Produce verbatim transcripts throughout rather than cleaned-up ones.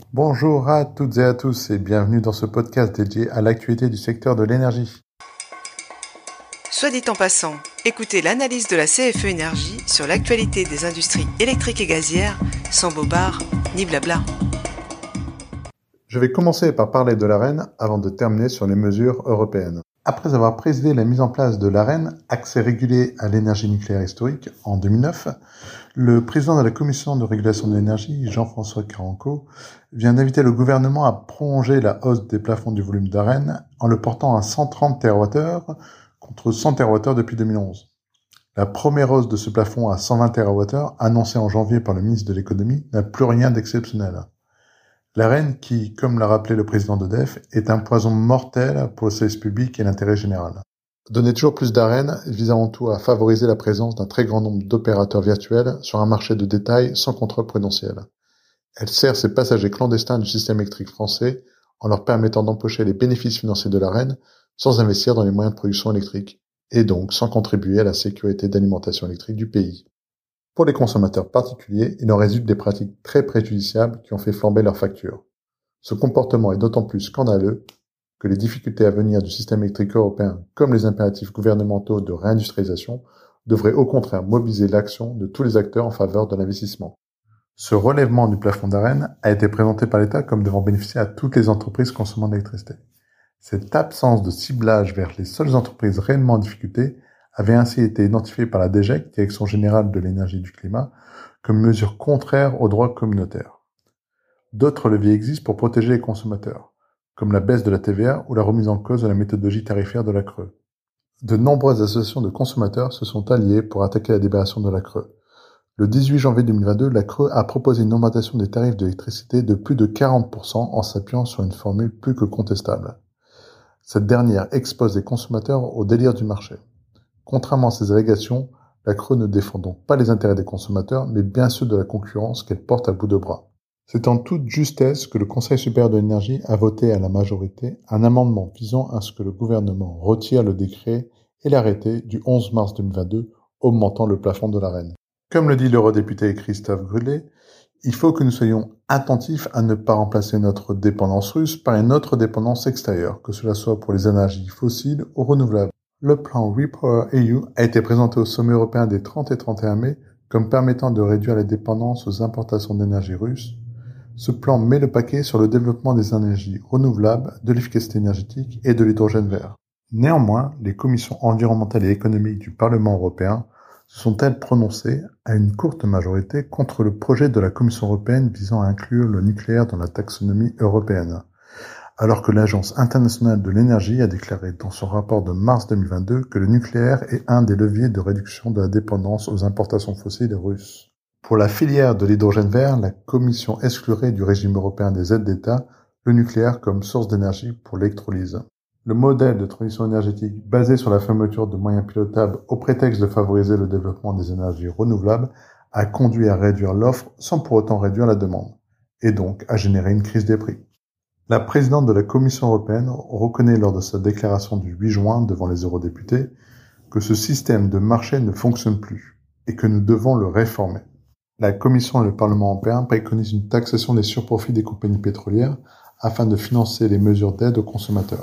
Bonjour à toutes et à tous et bienvenue dans ce podcast dédié à l'actualité du secteur de l'énergie. Soit dit en passant, écoutez l'analyse de la C F E Énergie sur l'actualité des industries électriques et gazières, sans bobard ni blabla. Je vais commencer par parler de l'Arenh avant de terminer sur les mesures européennes. Après avoir présidé la mise en place de l'Arenh, accès régulé à l'énergie nucléaire historique, en deux mille neuf, le président de la Commission de régulation de l'énergie, Jean-François Carenco, vient d'inviter le gouvernement à prolonger la hausse des plafonds du volume d'Arenh en le portant à cent trente térawattheures contre cent térawattheures depuis deux mille onze. La première hausse de ce plafond à cent vingt térawattheures, annoncée en janvier par le ministre de l'économie, n'a plus rien d'exceptionnel. L'Arenh, qui, comme l'a rappelé le président d'E D F, est un poison mortel pour le service public et l'intérêt général. Donner toujours plus d'Arenh vise avant tout à favoriser la présence d'un très grand nombre d'opérateurs virtuels sur un marché de détail sans contrôle prudentiel. Elle sert ces passagers clandestins du système électrique français en leur permettant d'empocher les bénéfices financiers de l'Arenh sans investir dans les moyens de production électrique, et donc sans contribuer à la sécurité d'alimentation électrique du pays. Pour les consommateurs particuliers, il en résulte des pratiques très préjudiciables qui ont fait flamber leurs factures. Ce comportement est d'autant plus scandaleux que les difficultés à venir du système électrique européen, comme les impératifs gouvernementaux de réindustrialisation, devraient au contraire mobiliser l'action de tous les acteurs en faveur de l'investissement. Ce relèvement du plafond d'Arenh a été présenté par l'État comme devant bénéficier à toutes les entreprises consommant de l'électricité. Cette absence de ciblage vers les seules entreprises réellement en difficulté avait ainsi été identifiée par la D G E C, Direction Générale de l'Énergie et du Climat, comme mesure contraire au droit communautaire. D'autres leviers existent pour protéger les consommateurs, comme la baisse de la T V A ou la remise en cause de la méthodologie tarifaire de la C R E. De nombreuses associations de consommateurs se sont alliées pour attaquer la délibération de la C R E. Le dix-huit janvier deux mille vingt-deux, la C R E a proposé une augmentation des tarifs de l'électricité de plus de quarante pour cent en s'appuyant sur une formule plus que contestable. Cette dernière expose les consommateurs au délire du marché. Contrairement à ces allégations, la C R E ne défend donc pas les intérêts des consommateurs, mais bien ceux de la concurrence qu'elle porte à bout de bras. C'est en toute justesse que le Conseil supérieur de l'énergie a voté à la majorité un amendement visant à ce que le gouvernement retire le décret et l'arrêté du onze mars deux mille vingt-deux augmentant le plafond de l'Arenh. Comme le dit l'eurodéputé Christophe Grulet, il faut que nous soyons attentifs à ne pas remplacer notre dépendance russe par une autre dépendance extérieure, que cela soit pour les énergies fossiles ou renouvelables. Le plan REPowerEU a été présenté au sommet européen des trente et trente et un mai comme permettant de réduire la dépendance aux importations d'énergie russe. Ce plan met le paquet sur le développement des énergies renouvelables, de l'efficacité énergétique et de l'hydrogène vert. Néanmoins, les commissions environnementales et économiques du Parlement européen se sont-elles prononcées à une courte majorité contre le projet de la Commission européenne visant à inclure le nucléaire dans la taxonomie européenne, alors que l'Agence internationale de l'énergie a déclaré dans son rapport de mars deux mille vingt-deux que le nucléaire est un des leviers de réduction de la dépendance aux importations fossiles russes. Pour la filière de l'hydrogène vert, la Commission exclurait du régime européen des aides d'État le nucléaire comme source d'énergie pour l'électrolyse. Le modèle de transition énergétique basé sur la fermeture de moyens pilotables au prétexte de favoriser le développement des énergies renouvelables a conduit à réduire l'offre sans pour autant réduire la demande, et donc à générer une crise des prix. La présidente de la Commission européenne reconnaît lors de sa déclaration du huit juin devant les eurodéputés que ce système de marché ne fonctionne plus et que nous devons le réformer. La Commission et le Parlement européen préconisent une taxation des surprofits des compagnies pétrolières afin de financer les mesures d'aide aux consommateurs.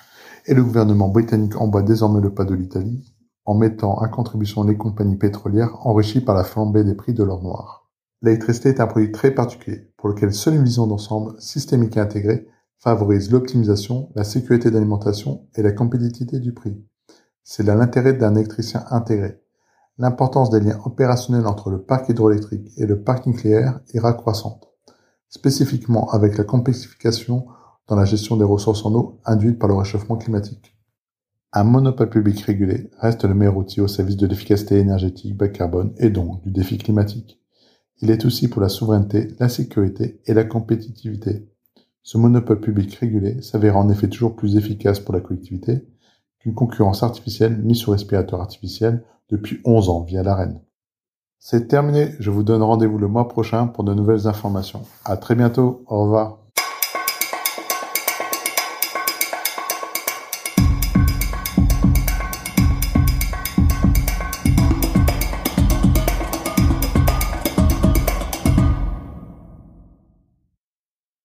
Et le gouvernement britannique emboîte désormais le pas de l'Italie en mettant à contribution les compagnies pétrolières enrichies par la flambée des prix de l'or noir. L'électricité est un produit très particulier pour lequel seule une vision d'ensemble systémique et intégrée favorise l'optimisation, la sécurité d'alimentation et la compétitivité du prix. C'est là l'intérêt d'un électricien intégré. L'importance des liens opérationnels entre le parc hydroélectrique et le parc nucléaire ira croissante, spécifiquement avec la complexification dans la gestion des ressources en eau induite par le réchauffement climatique. Un monopole public régulé reste le meilleur outil au service de l'efficacité énergétique bas carbone et donc du défi climatique. Il est aussi pour la souveraineté, la sécurité et la compétitivité. Ce monopole public régulé s'avère en effet toujours plus efficace pour la collectivité qu'une concurrence artificielle mise sous respirateur artificiel depuis onze ans via l'Arenh. C'est terminé, je vous donne rendez-vous le mois prochain pour de nouvelles informations. À très bientôt, au revoir.